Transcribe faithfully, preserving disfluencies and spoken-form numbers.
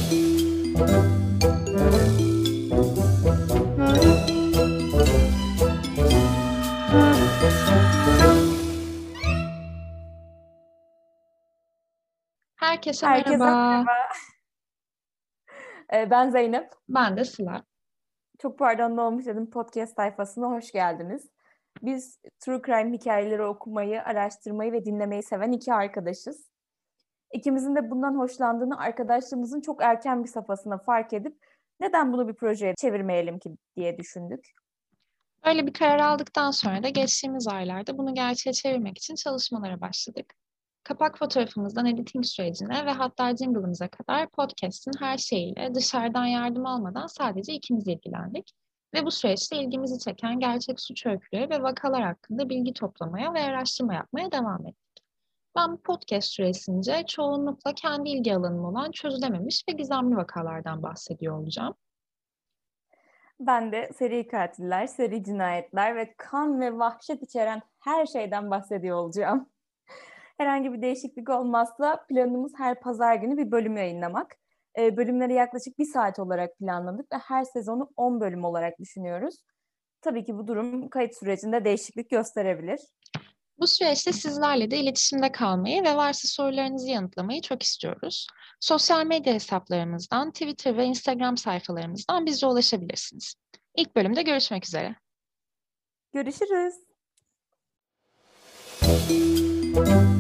Herkese Herkese merhaba. merhaba. Ee, Ben Zeynep. Ben de Sıla. Çok pardon ne olmuş dedim podcast sayfasına hoş geldiniz. Biz True Crime hikayeleri okumayı, araştırmayı ve dinlemeyi seven iki arkadaşız. İkimizin de bundan hoşlandığını arkadaşlığımızın çok erken bir safhasına fark edip neden bunu bir projeye çevirmeyelim ki diye düşündük. Böyle bir karar aldıktan sonra da geçtiğimiz aylarda bunu gerçeğe çevirmek için çalışmalara başladık. Kapak fotoğrafımızdan editing sürecine ve hatta jingle'ımıza kadar podcast'in her şeyiyle dışarıdan yardım almadan sadece ikimiz ilgilendik. Ve bu süreçte ilgimizi çeken gerçek suç öyküleri ve vakalar hakkında bilgi toplamaya ve araştırma yapmaya devam ettik. Ben bu podcast süresince çoğunlukla kendi ilgi alanım olan çözülememiş ve gizemli vakalardan bahsediyor olacağım. Ben de seri katiller, seri cinayetler ve kan ve vahşet içeren her şeyden bahsediyor olacağım. Herhangi bir değişiklik olmazsa planımız her pazar günü bir bölüm yayınlamak. E, bölümleri yaklaşık bir saat olarak planladık ve her sezonu on bölüm olarak düşünüyoruz. Tabii ki bu durum kayıt sürecinde değişiklik gösterebilir. Bu süreçte sizlerle de iletişimde kalmayı ve varsa sorularınızı yanıtlamayı çok istiyoruz. Sosyal medya hesaplarımızdan, Twitter ve Instagram sayfalarımızdan bize ulaşabilirsiniz. İlk bölümde görüşmek üzere. Görüşürüz.